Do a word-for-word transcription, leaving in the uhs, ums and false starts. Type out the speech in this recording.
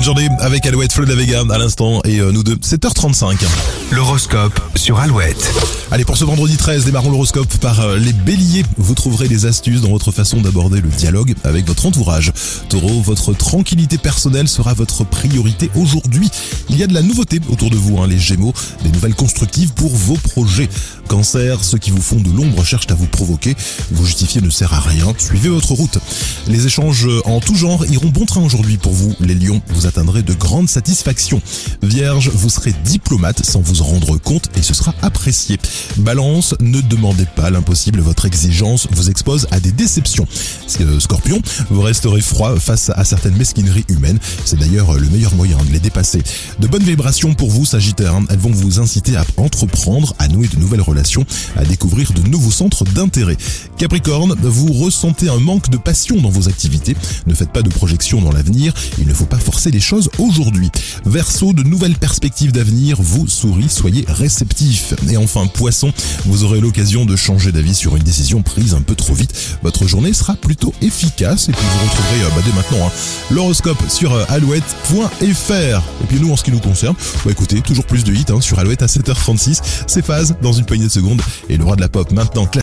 journée avec Alouette, Flo de la Vega à l'instant et euh, nous deux, sept heures trente-cinq. L'horoscope sur Alouette. Allez, pour ce vendredi treize, démarrons l'horoscope par euh, les béliers. Vous trouverez des astuces dans votre façon d'aborder le dialogue avec votre entourage. Taureau, votre tranquillité personnelle sera votre priorité aujourd'hui. Il y a de la nouveauté autour de vous, hein, les gémeaux, des nouvelles constructives pour vos projets. Cancer, ceux qui vous font de l'ombre cherchent à vous provoquer. Vous justifier ne sert à rien, suivez votre route. Les échanges en tout genre iront bon train aujourd'hui pour vous. Les lions, vous atteindrez de grandes satisfactions. Vierge, vous serez diplomate sans vous en rendre compte et ce sera apprécié. Balance, ne demandez pas l'impossible, votre exigence vous expose à des déceptions. Scorpion, vous resterez froid face à certaines mesquineries humaines. C'est d'ailleurs le meilleur moyen de les dépasser. De bonnes vibrations pour vous, Sagittaire. Elles vont vous inciter à entreprendre, à nouer de nouvelles relations, à découvrir de nouveaux centres d'intérêt. Capricorne, vous ressentez un manque de passion dans vos activités. Ne faites pas de projections dans l'avenir. Il ne faut pas forcer les choses aujourd'hui. Verseau, de nouvelles perspectives d'avenir vous sourient, soyez réceptifs. Et enfin, Poisson, vous aurez l'occasion de changer d'avis sur une décision prise un peu trop vite. Votre journée sera plutôt efficace et puis vous retrouverez euh, bah, dès maintenant hein, l'horoscope sur euh, alouette point f r. Et puis nous, en ce qui nous concerne, bah écoutez, toujours plus de hits hein, sur Alouette à sept heures trente-six. C'est Phase dans une poignée de secondes et le roi de la pop maintenant.